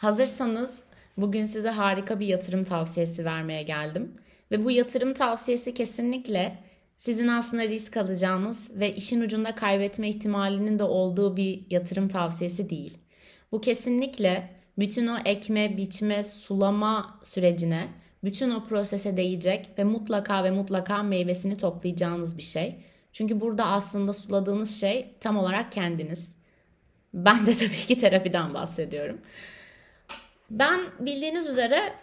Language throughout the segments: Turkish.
Hazırsanız bugün size harika bir yatırım tavsiyesi vermeye geldim. Ve bu yatırım tavsiyesi kesinlikle sizin aslında risk alacağınız ve işin ucunda kaybetme ihtimalinin de olduğu bir yatırım tavsiyesi değil. Bu kesinlikle bütün o ekme, biçme, sulama sürecine, bütün o prosese değecek ve mutlaka meyvesini toplayacağınız bir şey. Çünkü burada aslında suladığınız şey tam olarak kendiniz. Ben de tabii ki terapiden bahsediyorum. Ben bildiğiniz üzere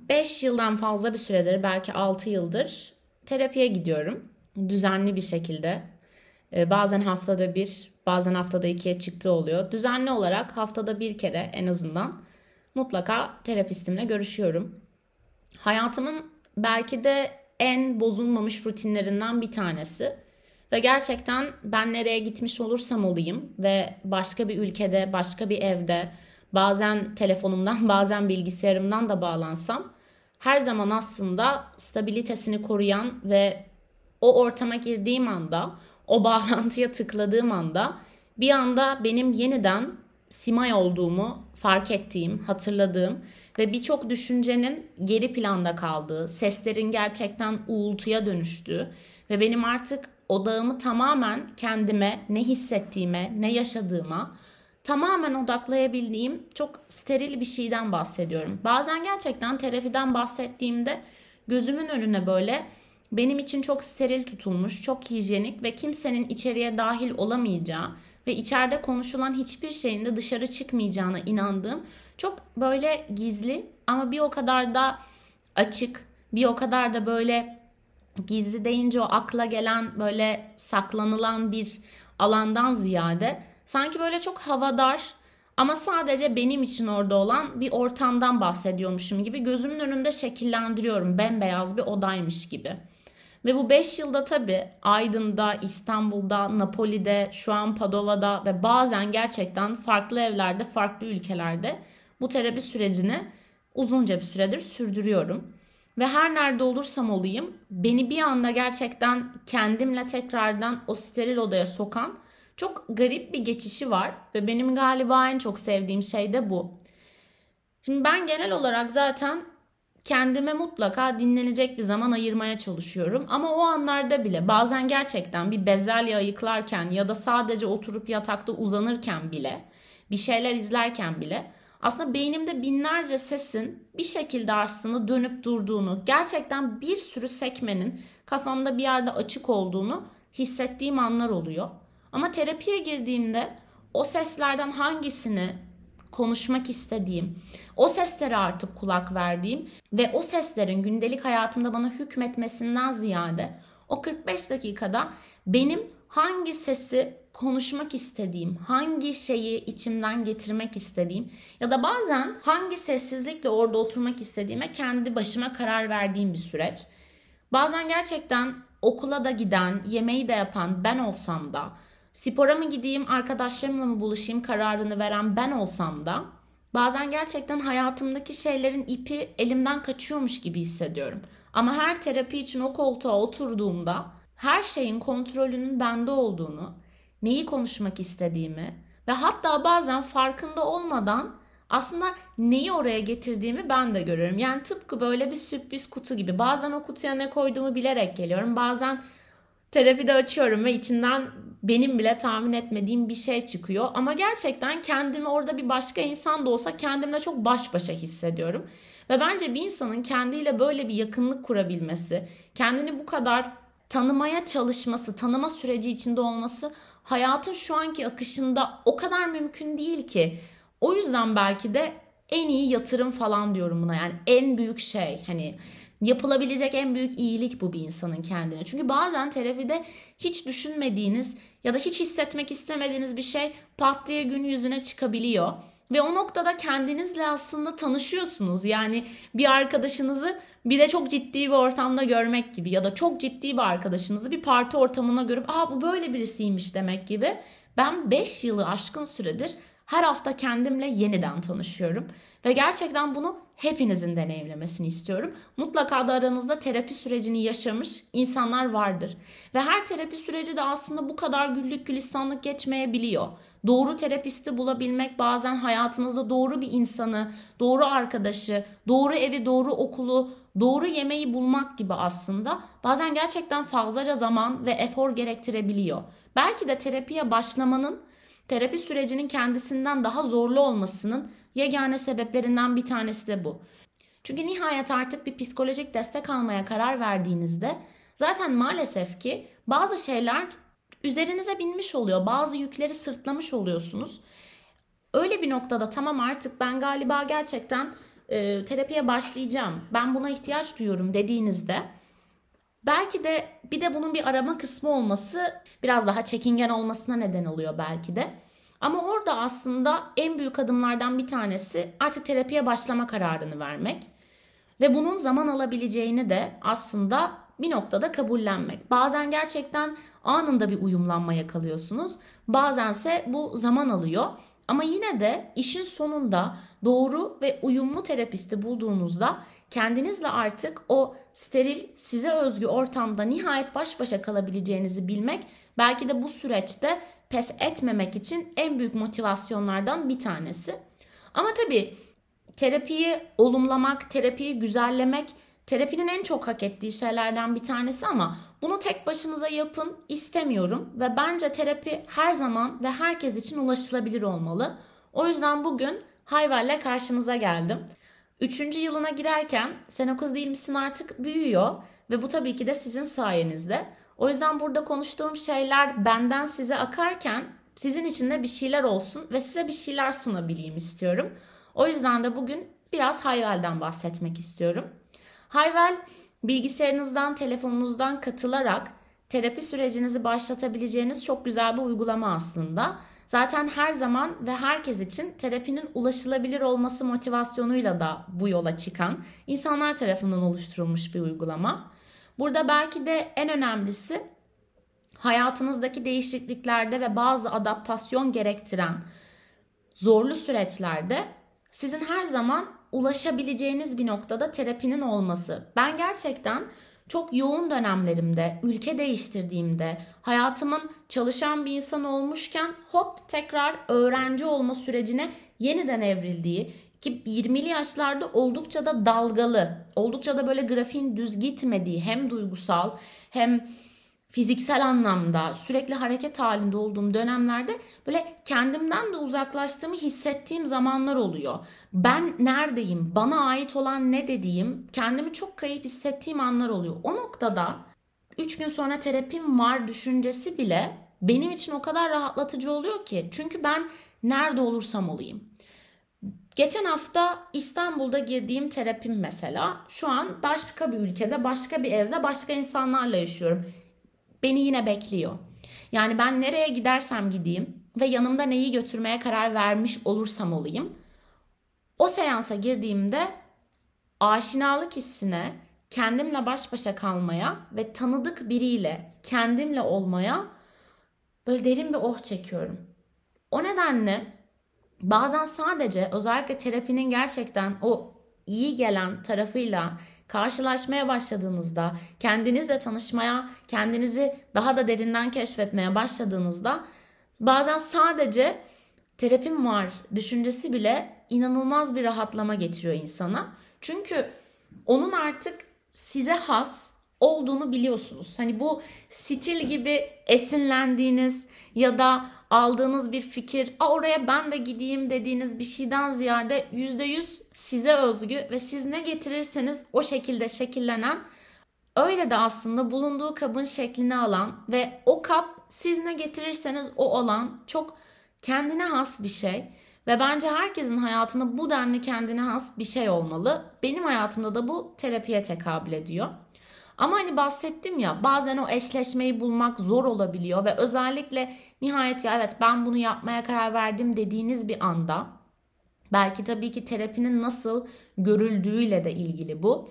5 yıldan fazla bir süredir, belki 6 yıldır terapiye gidiyorum. Düzenli bir şekilde. Bazen haftada bir, bazen haftada ikiye çıktığı oluyor. Düzenli olarak haftada bir kere en azından mutlaka terapistimle görüşüyorum. Hayatımın belki de en bozulmamış rutinlerinden bir tanesi. Ve gerçekten ben nereye gitmiş olursam olayım ve başka bir ülkede, başka bir evde, bazen telefonumdan, bazen bilgisayarımdan da bağlansam, her zaman aslında stabilitesini koruyan ve o ortama girdiğim anda, o bağlantıya tıkladığım anda bir anda benim yeniden Simay olduğumu fark ettiğim, hatırladığım ve birçok düşüncenin geri planda kaldığı, seslerin gerçekten uğultuya dönüştüğü ve benim artık odağımı tamamen kendime, ne hissettiğime, ne yaşadığıma tamamen odaklayabildiğim çok steril bir şeyden bahsediyorum. Bazen gerçekten terapiden bahsettiğimde gözümün önüne böyle benim için çok steril tutulmuş, çok hijyenik ve kimsenin içeriye dahil olamayacağı ve içeride konuşulan hiçbir şeyin de dışarı çıkmayacağına inandığım çok böyle gizli ama bir o kadar da açık, bir o kadar da böyle gizli deyince o akla gelen böyle saklanılan bir alandan ziyade sanki böyle çok havadar ama sadece benim için orada olan bir ortamdan bahsediyormuşum gibi gözümün önünde şekillendiriyorum. Bembeyaz bir odaymış gibi. Ve bu 5 yılda tabii Aydın'da, İstanbul'da, Napoli'de, şu an Padova'da ve bazen gerçekten farklı evlerde, farklı ülkelerde bu terapi sürecini uzunca bir süredir sürdürüyorum. Ve her nerede olursam olayım beni bir anda gerçekten kendimle tekrardan o steril odaya sokan çok garip bir geçişi var. Ve benim galiba en çok sevdiğim şey de bu. Şimdi ben genel olarak zaten kendime mutlaka dinlenecek bir zaman ayırmaya çalışıyorum. Ama o anlarda bile bazen gerçekten bir bezelye ayıklarken ya da sadece oturup yatakta uzanırken bile bir şeyler izlerken bile aslında beynimde binlerce sesin bir şekilde aslında dönüp durduğunu, gerçekten bir sürü sekmenin kafamda bir yerde açık olduğunu hissettiğim anlar oluyor. Ama terapiye girdiğimde o seslerden hangisini konuşmak istediğim, o seslere artık kulak verdiğim ve o seslerin gündelik hayatımda bana hükmetmesinden ziyade o 45 dakikada benim hangi sesi konuşmak istediğim, hangi şeyi içimden getirmek istediğim ya da bazen hangi sessizlikle orada oturmak istediğime kendi başıma karar verdiğim bir süreç. Bazen gerçekten okula da giden, yemeği de yapan ben olsam da, spora mı gideyim, arkadaşlarımla mı buluşayım kararını veren ben olsam da bazen gerçekten hayatımdaki şeylerin ipi elimden kaçıyormuş gibi hissediyorum. Ama her terapi için o koltuğa oturduğumda her şeyin kontrolünün bende olduğunu, neyi konuşmak istediğimi ve hatta bazen farkında olmadan aslında neyi oraya getirdiğimi ben de görüyorum. Yani tıpkı böyle bir sürpriz kutu gibi. Bazen o kutuya ne koyduğumu bilerek geliyorum. Bazen terapide açıyorum ve içinden benim bile tahmin etmediğim bir şey çıkıyor. Ama gerçekten kendimi orada bir başka insan da olsa kendimle çok baş başa hissediyorum. Ve bence bir insanın kendiyle böyle bir yakınlık kurabilmesi, kendini bu kadar tanımaya çalışması, tanıma süreci içinde olması hayatın şu anki akışında o kadar mümkün değil ki. O yüzden belki de en iyi yatırım falan diyorum buna. Yani en büyük şey, hani yapılabilecek en büyük iyilik bu bir insanın kendine. Çünkü bazen terapide hiç düşünmediğiniz ya da hiç hissetmek istemediğiniz bir şey pat diye gün yüzüne çıkabiliyor. Ve o noktada kendinizle aslında tanışıyorsunuz. Yani bir arkadaşınızı bir de çok ciddi bir ortamda görmek gibi ya da çok ciddi bir arkadaşınızı bir parti ortamına görüp bu böyle birisiymiş demek gibi. Ben 5 yılı aşkın süredir Her hafta kendimle yeniden tanışıyorum ve gerçekten bunu hepinizin deneyimlemesini istiyorum. Mutlaka da aranızda terapi sürecini yaşamış insanlar vardır. Ve her terapi süreci de aslında bu kadar güllük gülistanlık geçmeyebiliyor. Doğru terapisti bulabilmek bazen hayatınızda doğru bir insanı, doğru arkadaşı, doğru evi, doğru okulu, doğru yemeği bulmak gibi aslında bazen gerçekten fazlaca zaman ve efor gerektirebiliyor. Belki de terapiye başlamanın, terapi sürecinin kendisinden daha zorlu olmasının yegane sebeplerinden bir tanesi de bu. Çünkü nihayet artık bir psikolojik destek almaya karar verdiğinizde zaten maalesef ki bazı şeyler üzerinize binmiş oluyor. Bazı yükleri sırtlamış oluyorsunuz. Öyle bir noktada tamam artık ben galiba gerçekten terapiye başlayacağım, ben buna ihtiyaç duyuyorum dediğinizde belki de bir de bunun bir arama kısmı olması biraz daha çekingen olmasına neden oluyor belki de. Ama orada aslında en büyük adımlardan bir tanesi artık terapiye başlama kararını vermek. Ve bunun zaman alabileceğini de aslında bir noktada kabullenmek. Bazen gerçekten anında bir uyumlanma yakalıyorsunuz. Bazense bu zaman alıyor. Ama yine de işin sonunda doğru ve uyumlu terapisti bulduğunuzda kendinizle artık o steril, size özgü ortamda nihayet baş başa kalabileceğinizi bilmek belki de bu süreçte pes etmemek için en büyük motivasyonlardan bir tanesi. Ama tabii terapiyi olumlamak, terapiyi güzellemek, terapinin en çok hak ettiği şeylerden bir tanesi ama bunu tek başınıza yapın istemiyorum ve bence terapi her zaman ve herkes için ulaşılabilir olmalı. O yüzden bugün Hayvel'le karşınıza geldim. 3. yılına girerken Sen O Kız Değil Misin artık büyüyor ve bu tabii ki de sizin sayenizde. O yüzden burada konuştuğum şeyler benden size akarken sizin için de bir şeyler olsun ve size bir şeyler sunabileyim istiyorum. O yüzden de bugün biraz Hayvel'den bahsetmek istiyorum. Hayvel, bilgisayarınızdan, telefonunuzdan katılarak terapi sürecinizi başlatabileceğiniz çok güzel bir uygulama aslında. Zaten her zaman ve herkes için terapinin ulaşılabilir olması motivasyonuyla da bu yola çıkan insanlar tarafından oluşturulmuş bir uygulama. Burada belki de en önemlisi hayatınızdaki değişikliklerde ve bazı adaptasyon gerektiren zorlu süreçlerde sizin her zaman ulaşabileceğiniz bir noktada terapinin olması. Ben gerçekten çok yoğun dönemlerimde, ülke değiştirdiğimde, hayatımın çalışan bir insan olmuşken hop tekrar öğrenci olma sürecine yeniden evrildiği ki 20'li yaşlarda oldukça da dalgalı, oldukça da böyle grafiğin düz gitmediği hem duygusal hem fiziksel anlamda sürekli hareket halinde olduğum dönemlerde böyle kendimden de uzaklaştığımı hissettiğim zamanlar oluyor. Ben neredeyim, bana ait olan ne dediğim, kendimi çok kayıp hissettiğim anlar oluyor. O noktada 3 gün sonra terapim var düşüncesi bile benim için o kadar rahatlatıcı oluyor ki. Çünkü ben nerede olursam olayım. Geçen hafta İstanbul'da girdiğim terapim mesela şu an başka bir ülkede, başka bir evde, başka insanlarla yaşıyorum. Beni yine bekliyor. Yani ben nereye gidersem gideyim ve yanımda neyi götürmeye karar vermiş olursam olayım. O seansa girdiğimde aşinalık hissine, kendimle baş başa kalmaya ve tanıdık biriyle kendimle olmaya böyle derin bir oh çekiyorum. O nedenle bazen sadece özellikle terapinin gerçekten o iyi gelen tarafıyla karşılaşmaya başladığınızda, kendinizle tanışmaya, kendinizi daha da derinden keşfetmeye başladığınızda bazen sadece terapim var düşüncesi bile inanılmaz bir rahatlama getiriyor insana. Çünkü onun artık size has olduğunu biliyorsunuz. Hani bu stil gibi esinlendiğiniz ya da aldığınız bir fikir, oraya ben de gideyim dediğiniz bir şeyden ziyade %100 size özgü ve siz ne getirirseniz o şekilde şekillenen, öyle de aslında bulunduğu kabın şeklini alan ve o kap siz ne getirirseniz o olan çok kendine has bir şey. Ve bence herkesin hayatında bu denli kendine has bir şey olmalı. Benim hayatımda da bu terapiye tekabül ediyor. Ama hani bahsettim ya, bazen o eşleşmeyi bulmak zor olabiliyor ve özellikle nihayet ya evet ben bunu yapmaya karar verdim dediğiniz bir anda, belki tabii ki terapinin nasıl görüldüğüyle de ilgili bu.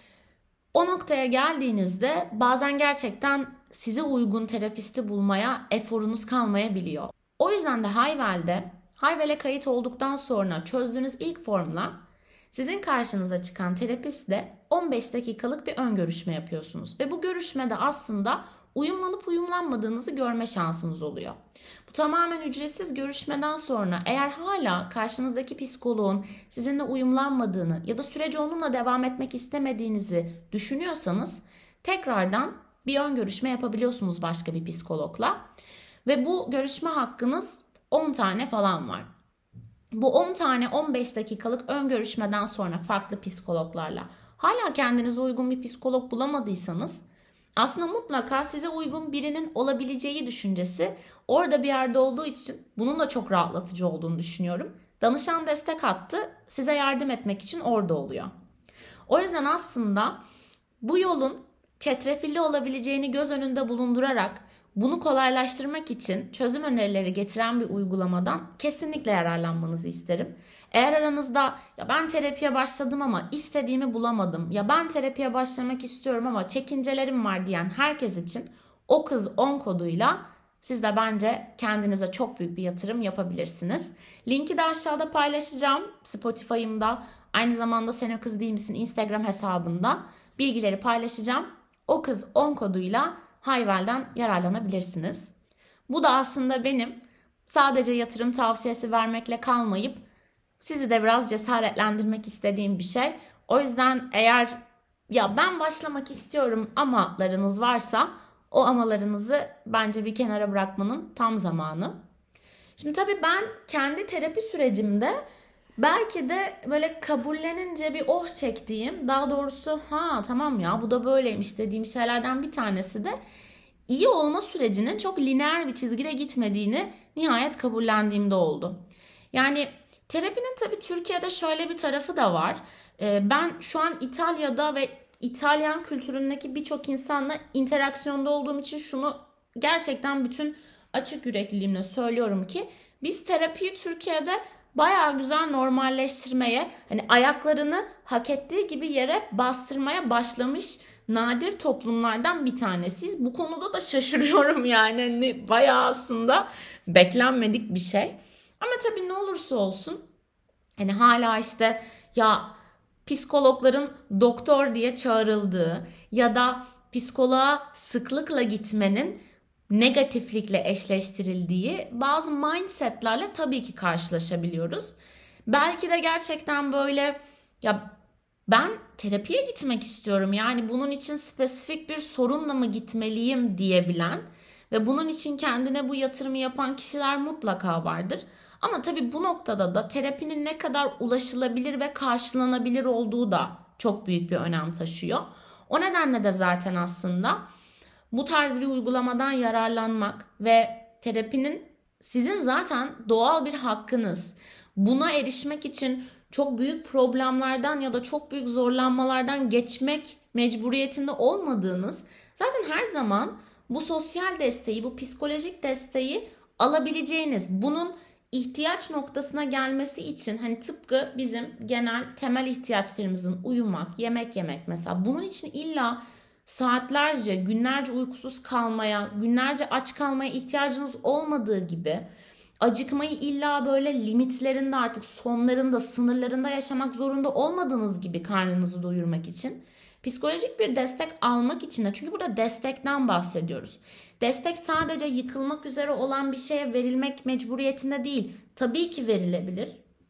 O noktaya geldiğinizde bazen gerçekten size uygun terapisti bulmaya eforunuz kalmayabiliyor. O yüzden de Hayvel'de Hayvel'e kayıt olduktan sonra çözdüğünüz ilk formla sizin karşınıza çıkan terapistle 15 dakikalık bir ön görüşme yapıyorsunuz. Ve bu görüşmede aslında uyumlanıp uyumlanmadığınızı görme şansınız oluyor. Bu tamamen ücretsiz görüşmeden sonra eğer hala karşınızdaki psikoloğun sizinle uyumlanmadığını ya da sürece onunla devam etmek istemediğinizi düşünüyorsanız tekrardan bir ön görüşme yapabiliyorsunuz başka bir psikologla. Ve bu görüşme hakkınız 10 tane falan var. Bu 10 tane 15 dakikalık ön görüşmeden sonra farklı psikologlarla hala kendinize uygun bir psikolog bulamadıysanız aslında mutlaka size uygun birinin olabileceği düşüncesi orada bir yerde olduğu için bunun da çok rahatlatıcı olduğunu düşünüyorum. Danışan destek hattı size yardım etmek için orada oluyor. O yüzden aslında bu yolun çetrefilli olabileceğini göz önünde bulundurarak bunu kolaylaştırmak için çözüm önerileri getiren bir uygulamadan kesinlikle yararlanmanızı isterim. Eğer aranızda ya ben terapiye başladım ama istediğimi bulamadım, ya ben terapiye başlamak istiyorum ama çekincelerim var diyen herkes için O Kız 10 koduyla siz de bence kendinize çok büyük bir yatırım yapabilirsiniz. Linki de aşağıda paylaşacağım. Spotify'ımda, aynı zamanda Sen O Kız Değil Misin Instagram hesabında bilgileri paylaşacağım. O Kız 10 koduyla Hayvel'den yararlanabilirsiniz. Bu da aslında benim sadece yatırım tavsiyesi vermekle kalmayıp sizi de biraz cesaretlendirmek istediğim bir şey. O yüzden eğer ya ben başlamak istiyorum amalarınız varsa o amalarınızı bence bir kenara bırakmanın tam zamanı. Şimdi tabii ben kendi terapi sürecimde belki de böyle kabullenince bir oh çektiğim, daha doğrusu ha tamam ya bu da böyleymiş dediğim şeylerden bir tanesi de iyi olma sürecinin çok lineer bir çizgide gitmediğini nihayet kabullendiğimde oldu. Yani terapinin tabii Türkiye'de şöyle bir tarafı da var. Ben şu an İtalya'da ve İtalyan kültüründeki birçok insanla interaksiyonda olduğum için şunu gerçekten bütün açık yürekliliğimle söylüyorum ki biz terapiyi Türkiye'de bayağı güzel normalleştirmeye, hani ayaklarını hak ettiği gibi yere bastırmaya başlamış nadir toplumlardan bir tanesiyiz. Bu konuda da şaşırıyorum yani. Hani bayağı aslında beklenmedik bir şey. Ama tabii ne olursa olsun hani hala işte ya psikologların doktor diye çağrıldığı ya da psikoloğa sıklıkla gitmenin negatiflikle eşleştirildiği bazı mindsetlerle tabii ki karşılaşabiliyoruz. Belki de gerçekten böyle ya ben terapiye gitmek istiyorum, yani bunun için spesifik bir sorunla mı gitmeliyim diyebilen ve bunun için kendine bu yatırımı yapan kişiler mutlaka vardır. Ama tabii bu noktada da terapinin ne kadar ulaşılabilir ve karşılanabilir olduğu da çok büyük bir önem taşıyor. O nedenle de zaten aslında bu tarz bir uygulamadan yararlanmak ve terapinin sizin zaten doğal bir hakkınız. Buna erişmek için çok büyük problemlerden ya da çok büyük zorlanmalardan geçmek mecburiyetinde olmadığınız, zaten her zaman bu sosyal desteği, bu psikolojik desteği alabileceğiniz, bunun ihtiyaç noktasına gelmesi için hani tıpkı bizim genel temel ihtiyaçlarımızın uyumak, yemek yemek mesela, bunun için illa saatlerce, günlerce uykusuz kalmaya, günlerce aç kalmaya ihtiyacınız olmadığı gibi acıkmayı illa böyle limitlerinde, artık sonlarında, sınırlarında yaşamak zorunda olmadığınız gibi karnınızı doyurmak için, psikolojik bir destek almak için de, çünkü burada destekten bahsediyoruz. Destek sadece yıkılmak üzere olan bir şeye verilmek mecburiyetinde değil. Tabii ki verilebilir.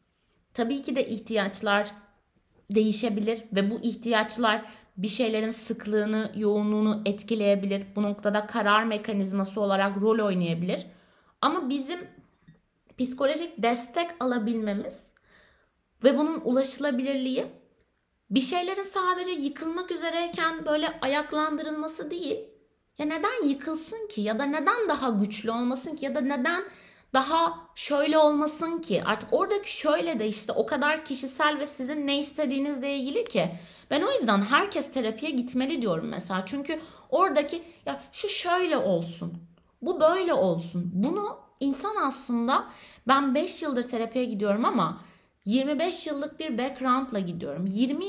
Tabii ki de ihtiyaçlar değişebilir ve bu ihtiyaçlar bir şeylerin sıklığını, yoğunluğunu etkileyebilir. Bu noktada karar mekanizması olarak rol oynayabilir. Ama bizim psikolojik destek alabilmemiz ve bunun ulaşılabilirliği bir şeylerin sadece yıkılmak üzereyken böyle ayaklandırılması değil. Ya neden yıkılsın ki? Ya da neden daha güçlü olmasın ki? Ya da neden daha şöyle olmasın ki? Artık oradaki şöyle de işte o kadar kişisel ve sizin ne istediğinizle ilgili ki. Ben o yüzden herkes terapiye gitmeli diyorum mesela. Çünkü oradaki ya şu şöyle olsun, bu böyle olsun. Bunu insan aslında, ben 5 yıldır terapiye gidiyorum ama 25 yıllık bir background'la gidiyorum. 20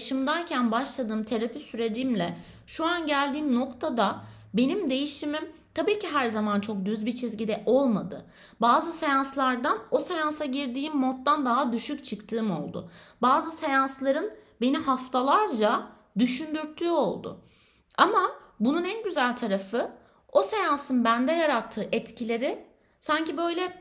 yaşımdayken başladığım terapi sürecimle şu an geldiğim noktada benim değişimim Tabii ki her zaman çok düz bir çizgide olmadı. Bazı seanslardan o seansa girdiğim moddan daha düşük çıktığım oldu. Bazı seansların beni haftalarca düşündürttüğü oldu. Ama bunun en güzel tarafı o seansın bende yarattığı etkileri sanki böyle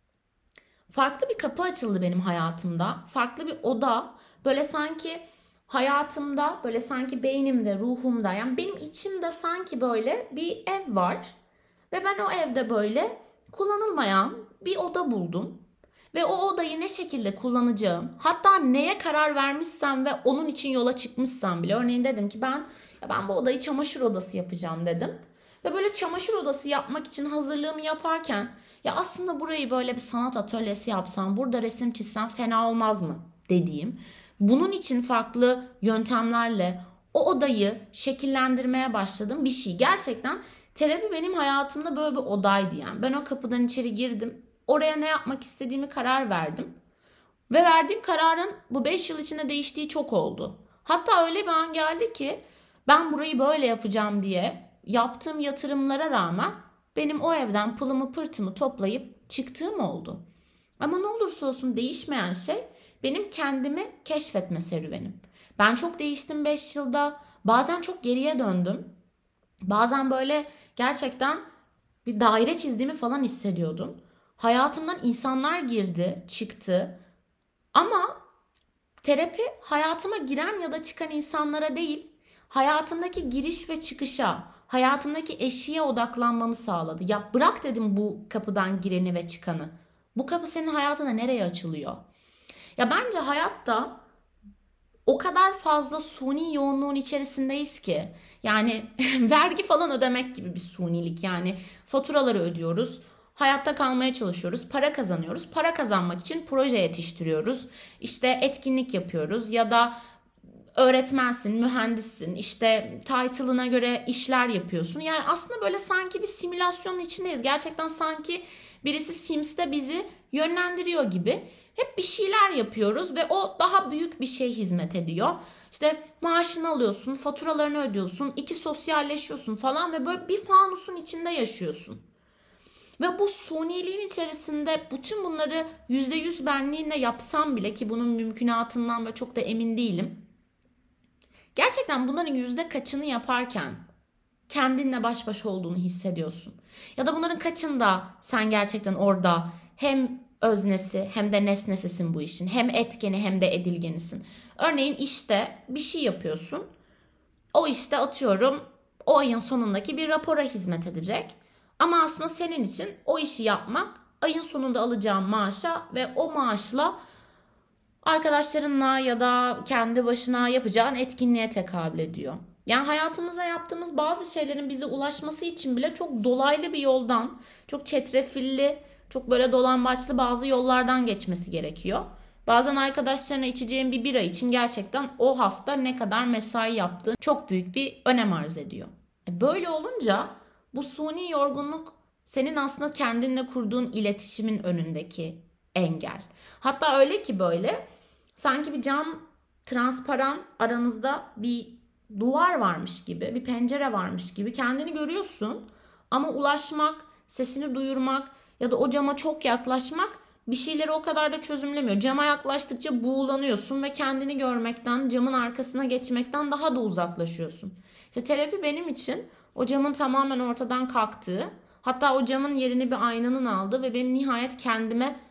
farklı bir kapı açıldı benim hayatımda. Farklı bir oda. Böyle sanki hayatımda, böyle sanki beynimde, ruhumda, yani benim içimde sanki böyle bir ev var. Ve ben o evde böyle kullanılmayan bir oda buldum. Ve o odayı ne şekilde kullanacağım, hatta neye karar vermişsem ve onun için yola çıkmışsam bile. Örneğin dedim ki ben bu odayı çamaşır odası yapacağım dedim. Ve böyle çamaşır odası yapmak için hazırlığımı yaparken ya aslında burayı böyle bir sanat atölyesi yapsam, burada resim çizsem fena olmaz mı dediğim. Bunun için farklı yöntemlerle o odayı şekillendirmeye başladım bir şey. Gerçekten terapi benim hayatımda böyle bir odaydı yani. Ben o kapıdan içeri girdim. Oraya ne yapmak istediğimi karar verdim. Ve verdiğim kararın bu 5 yıl içinde değiştiği çok oldu. Hatta öyle bir an geldi ki ben burayı böyle yapacağım diye yaptığım yatırımlara rağmen benim o evden pılımı pırtımı toplayıp çıktığım oldu. Ama ne olursa olsun değişmeyen şey benim kendimi keşfetme serüvenim. Ben çok değiştim 5 yılda. Bazen çok geriye döndüm. Bazen böyle gerçekten bir daire çizdiğimi falan hissediyordum. Hayatımdan insanlar girdi, çıktı. Ama terapi hayatıma giren ya da çıkan insanlara değil, hayatımdaki giriş ve çıkışa, hayatımdaki eşiğe odaklanmamı sağladı. Ya bırak dedim bu kapıdan gireni ve çıkanı. Bu kapı senin hayatında nereye açılıyor? Ya bence hayatta o kadar fazla suni yoğunluğun içerisindeyiz ki. Yani vergi falan ödemek gibi bir sunilik. Yani faturaları ödüyoruz. Hayatta kalmaya çalışıyoruz. Para kazanıyoruz. Para kazanmak için proje yetiştiriyoruz. İşte etkinlik yapıyoruz ya da öğretmensin, mühendissin, işte title'ına göre işler yapıyorsun. Yani aslında böyle sanki bir simülasyonun içindeyiz. Gerçekten sanki birisi Sims'te bizi yönlendiriyor gibi. Hep bir şeyler yapıyoruz ve o daha büyük bir şey hizmet ediyor. İşte maaşını alıyorsun, faturalarını ödüyorsun, sosyalleşiyorsun falan ve böyle bir fanusun içinde yaşıyorsun. Ve bu suniliğin içerisinde bütün bunları %100 benliğinle yapsam bile, ki bunun mümkünatından ve çok da emin değilim. Gerçekten bunların yüzde kaçını yaparken kendinle baş başa olduğunu hissediyorsun? Ya da bunların kaçında sen gerçekten orada hem öznesi hem de nesnesisin bu işin. Hem etkeni hem de edilgenisin. Örneğin işte bir şey yapıyorsun. O işte atıyorum o ayın sonundaki bir rapora hizmet edecek. Ama aslında senin için o işi yapmak ayın sonunda alacağın maaşa ve o maaşla arkadaşlarınla ya da kendi başına yapacağın etkinliğe tekabül ediyor. Yani hayatımızda yaptığımız bazı şeylerin bize ulaşması için bile çok dolaylı bir yoldan, çok çetrefilli, çok böyle dolambaçlı bazı yollardan geçmesi gerekiyor. Bazen arkadaşlarına içeceğin bir bira için gerçekten o hafta ne kadar mesai yaptığın çok büyük bir önem arz ediyor. Böyle olunca bu suni yorgunluk senin aslında kendinle kurduğun iletişimin önündeki engel. Hatta öyle ki böyle sanki bir cam transparan, aranızda bir duvar varmış gibi, bir pencere varmış gibi kendini görüyorsun. Ama ulaşmak, sesini duyurmak ya da o cama çok yaklaşmak bir şeyleri o kadar da çözümlemiyor. Cama yaklaştıkça buğulanıyorsun ve kendini görmekten, camın arkasına geçmekten daha da uzaklaşıyorsun. İşte terapi benim için o camın tamamen ortadan kalktığı, hatta o camın yerini bir aynanın aldığı ve benim nihayet kendime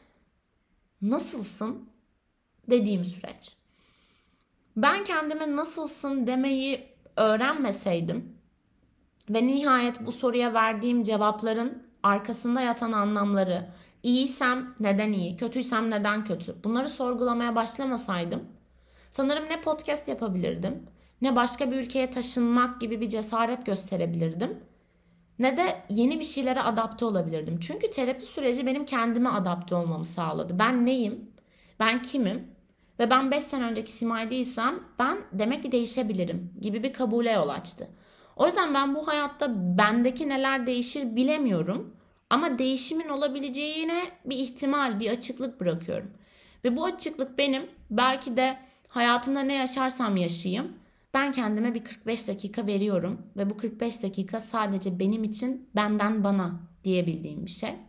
nasılsın dediğim süreç. Ben kendime nasılsın demeyi öğrenmeseydim ve nihayet bu soruya verdiğim cevapların arkasında yatan anlamları, iyiysem neden iyi, kötüysem neden kötü, bunları sorgulamaya başlamasaydım sanırım ne podcast yapabilirdim, ne başka bir ülkeye taşınmak gibi bir cesaret gösterebilirdim, ne de yeni bir şeylere adapte olabilirdim. Çünkü terapi süreci benim kendime adapte olmamı sağladı. Ben neyim? Ben kimim? Ve ben 5 sene önceki Simay değilsem ben demek ki değişebilirim gibi bir kabule yol açtı. O yüzden ben bu hayatta bendeki neler değişir bilemiyorum. Ama değişimin olabileceğine bir ihtimal, bir açıklık bırakıyorum. Ve bu açıklık benim belki de hayatımda ne yaşarsam yaşayayım Ben kendime bir 45 dakika veriyorum ve bu 45 dakika sadece benim için, benden bana diyebildiğim bir şey.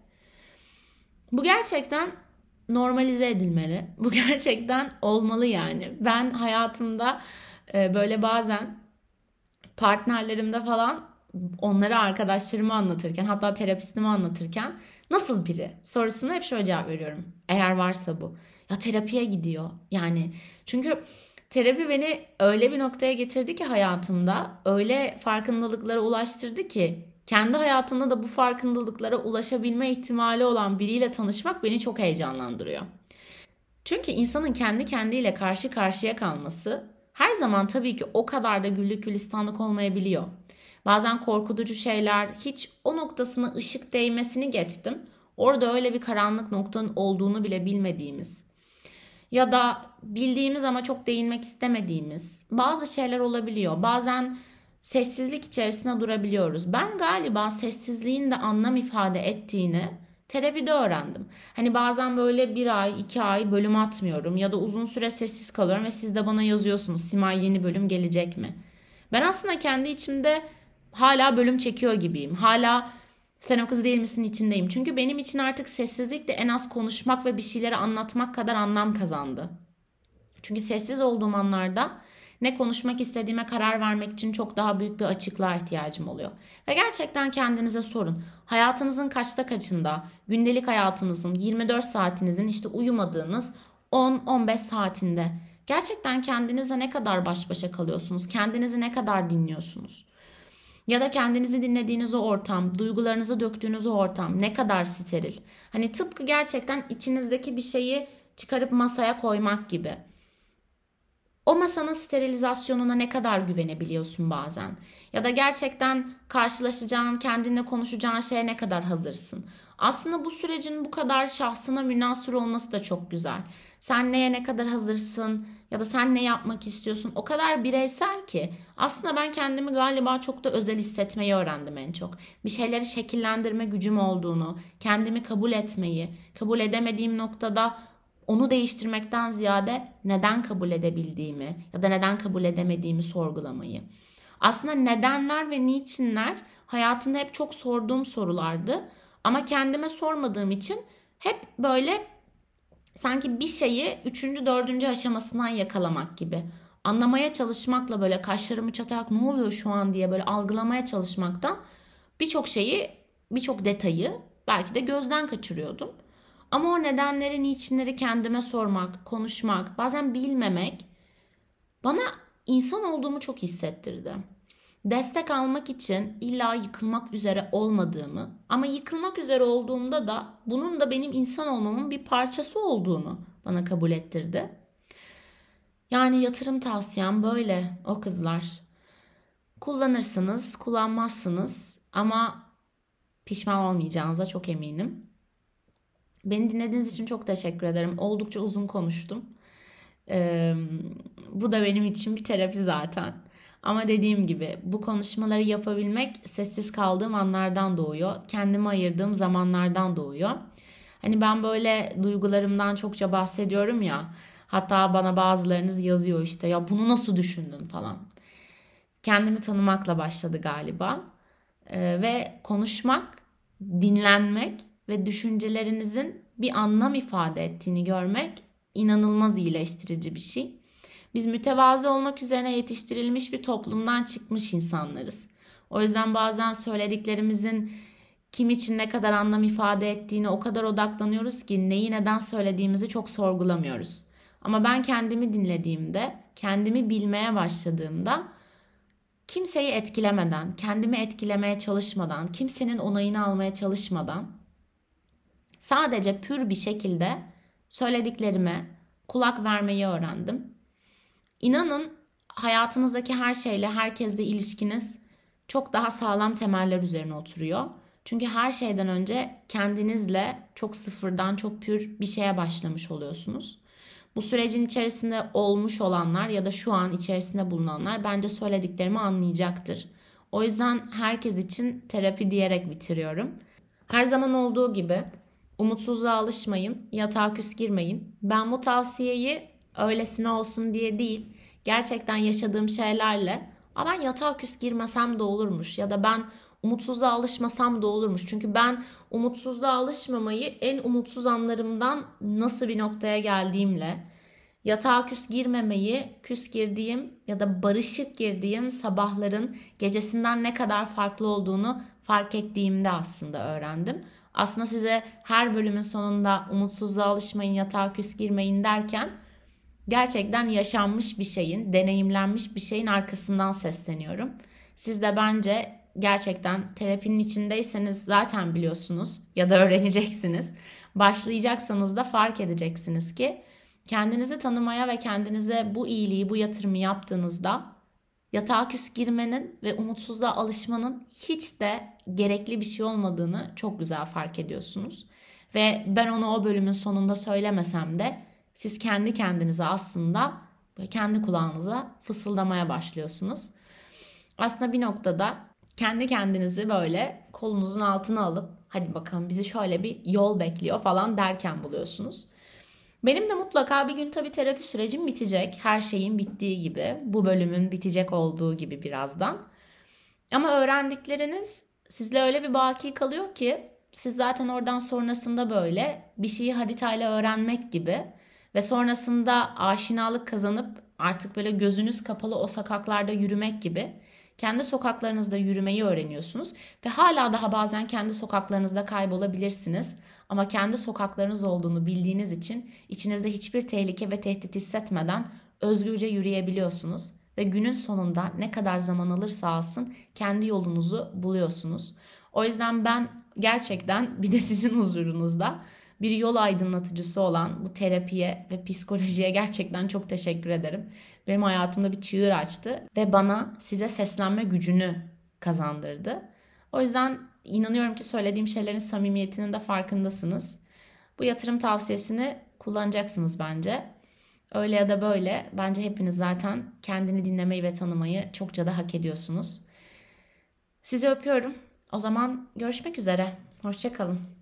Bu gerçekten normalize edilmeli. Bu gerçekten olmalı yani. Ben hayatımda böyle bazen partnerlerimde falan onlara, arkadaşlarıma anlatırken, hatta terapistime anlatırken nasıl biri sorusuna hep şöyle cevap veriyorum. Eğer varsa bu. Ya terapiye gidiyor. Yani çünkü terapi beni öyle bir noktaya getirdi ki hayatımda, öyle farkındalıklara ulaştırdı ki kendi hayatında da bu farkındalıklara ulaşabilme ihtimali olan biriyle tanışmak beni çok heyecanlandırıyor. Çünkü insanın kendi kendiyle karşı karşıya kalması her zaman tabii ki o kadar da güllük gülistanlık olmayabiliyor. Bazen korkutucu şeyler, hiç o noktasına ışık değmesini geçtim. Orada öyle bir karanlık noktanın olduğunu bile bilmediğimiz ya da bildiğimiz ama çok değinmek istemediğimiz bazı şeyler olabiliyor. Bazen sessizlik içerisinde durabiliyoruz. Ben galiba sessizliğin de anlam ifade ettiğini terapide öğrendim. Hani bazen böyle bir ay, 2 ay bölüm atmıyorum ya da uzun süre sessiz kalıyorum ve siz de bana yazıyorsunuz, Simay yeni bölüm gelecek mi? Ben aslında kendi içimde hala bölüm çekiyor gibiyim. Hala sen o kız değil misin içindeyim. Çünkü benim için artık sessizlik de en az konuşmak ve bir şeyleri anlatmak kadar anlam kazandı. Çünkü sessiz olduğum anlarda ne konuşmak istediğime karar vermek için çok daha büyük bir açıklığa ihtiyacım oluyor. Ve gerçekten kendinize sorun. Hayatınızın kaçta kaçında, gündelik hayatınızın 24 saatinizin işte uyumadığınız 10-15 saatinde gerçekten kendinize ne kadar baş başa kalıyorsunuz? Kendinizi ne kadar dinliyorsunuz? Ya da kendinizi dinlediğiniz o ortam, duygularınızı döktüğünüz o ortam ne kadar steril. Hani tıpkı gerçekten içinizdeki bir şeyi çıkarıp masaya koymak gibi. O masanın sterilizasyonuna ne kadar güvenebiliyorsun bazen? Ya da gerçekten karşılaşacağın, kendinle konuşacağın şeye ne kadar hazırsın? Aslında bu sürecin bu kadar şahsına münhasır olması da çok güzel. Sen neye ne kadar hazırsın ya da sen ne yapmak istiyorsun? O kadar bireysel ki. Aslında ben kendimi galiba çok da özel hissetmeyi öğrendim en çok. Bir şeyleri şekillendirme gücüm olduğunu, kendimi kabul etmeyi, kabul edemediğim noktada onu değiştirmekten ziyade neden kabul edebildiğimi ya da neden kabul edemediğimi sorgulamayı. Aslında nedenler ve niçinler hayatımda hep çok sorduğum sorulardı. Ama kendime sormadığım için hep böyle sanki bir şeyi üçüncü, dördüncü aşamasından yakalamak gibi. Anlamaya çalışmakla böyle kaşlarımı çatarak ne oluyor şu an diye böyle algılamaya çalışmaktan birçok şeyi, birçok detayı belki de gözden kaçırıyordum. Ama o nedenleri, niçinleri kendime sormak, konuşmak, bazen bilmemek bana insan olduğumu çok hissettirdi. Destek almak için illa yıkılmak üzere olmadığımı ama yıkılmak üzere olduğumda da bunun da benim insan olmamın bir parçası olduğunu bana kabul ettirdi. Yani yatırım tavsiyem böyle o kızlar. Kullanırsınız, kullanmazsınız ama pişman olmayacağınıza çok eminim. Beni dinlediğiniz için çok teşekkür ederim. Oldukça uzun konuştum. Ee, Bu da benim için bir terapi zaten. Ama dediğim gibi bu konuşmaları yapabilmek sessiz kaldığım anlardan doğuyor. Kendime ayırdığım zamanlardan doğuyor. Hani ben böyle duygularımdan çokça bahsediyorum ya. Hatta bana bazılarınız yazıyor işte ya bunu nasıl düşündün falan. Kendimi tanımakla başladı galiba. Ve konuşmak, dinlenmek ve düşüncelerinizin bir anlam ifade ettiğini görmek inanılmaz iyileştirici bir şey. Biz mütevazı olmak üzerine yetiştirilmiş bir toplumdan çıkmış insanlarız. O yüzden bazen söylediklerimizin kim için ne kadar anlam ifade ettiğine o kadar odaklanıyoruz ki neyi neden söylediğimizi çok sorgulamıyoruz. Ama ben kendimi dinlediğimde, kendimi bilmeye başladığımda kimseyi etkilemeden, kendimi etkilemeye çalışmadan, kimsenin onayını almaya çalışmadan sadece pür bir şekilde söylediklerime kulak vermeyi öğrendim. İnanın hayatınızdaki her şeyle, herkesle ilişkiniz çok daha sağlam temeller üzerine oturuyor. Çünkü her şeyden önce kendinizle çok sıfırdan, çok pür bir şeye başlamış oluyorsunuz. Bu sürecin içerisinde olmuş olanlar ya da şu an içerisinde bulunanlar bence söylediklerimi anlayacaktır. O yüzden herkes için terapi diyerek bitiriyorum. Her zaman olduğu gibi umutsuzluğa alışmayın, yatağa küs girmeyin. Ben bu tavsiyeyi öylesine olsun diye değil. Gerçekten yaşadığım şeylerle ben yatağa küs girmesem de olurmuş ya da ben umutsuzluğa alışmasam da olurmuş. Çünkü ben umutsuzluğa alışmamayı en umutsuz anlarımdan nasıl bir noktaya geldiğimle, yatağa küs girmemeyi, küs girdiğim ya da barışık girdiğim sabahların gecesinden ne kadar farklı olduğunu fark ettiğimde aslında öğrendim. Aslında size her bölümün sonunda umutsuzluğa alışmayın, yatağa küs girmeyin derken gerçekten yaşanmış bir şeyin, deneyimlenmiş bir şeyin arkasından sesleniyorum. Siz de bence gerçekten terapinin içindeyseniz zaten biliyorsunuz ya da öğreneceksiniz. Başlayacaksanız da fark edeceksiniz ki kendinizi tanımaya ve kendinize bu iyiliği, bu yatırımı yaptığınızda yatağa küs girmenin ve umutsuzluğa alışmanın hiç de gerekli bir şey olmadığını çok güzel fark ediyorsunuz. Ve ben onu o bölümün sonunda söylemesem de siz kendi kendinize aslında böyle kendi kulağınıza fısıldamaya başlıyorsunuz. Aslında bir noktada kendi kendinizi böyle kolunuzun altına alıp hadi bakalım bizi şöyle bir yol bekliyor falan derken buluyorsunuz. Benim de mutlaka bir gün tabii terapi sürecim bitecek. Her şeyin bittiği gibi. Bu bölümün bitecek olduğu gibi birazdan. Ama öğrendikleriniz sizle öyle bir baki kalıyor ki siz zaten oradan sonrasında böyle bir şeyi haritayla öğrenmek gibi ve sonrasında aşinalık kazanıp artık böyle gözünüz kapalı o sokaklarda yürümek gibi kendi sokaklarınızda yürümeyi öğreniyorsunuz ve hala daha bazen kendi sokaklarınızda kaybolabilirsiniz. Ama kendi sokaklarınız olduğunu bildiğiniz için içinizde hiçbir tehlike ve tehdit hissetmeden özgürce yürüyebiliyorsunuz. Ve günün sonunda ne kadar zaman alırsa alsın kendi yolunuzu buluyorsunuz. O yüzden ben gerçekten bir de sizin huzurunuzda bir yol aydınlatıcısı olan bu terapiye ve psikolojiye gerçekten çok teşekkür ederim. Benim hayatımda bir çığır açtı ve bana size seslenme gücünü kazandırdı. O yüzden inanıyorum ki söylediğim şeylerin samimiyetinin de farkındasınız. Bu yatırım tavsiyesini kullanacaksınız bence. Öyle ya da böyle bence hepiniz zaten kendini dinlemeyi ve tanımayı çokça da hak ediyorsunuz. Sizi öpüyorum. O zaman görüşmek üzere. Hoşça kalın.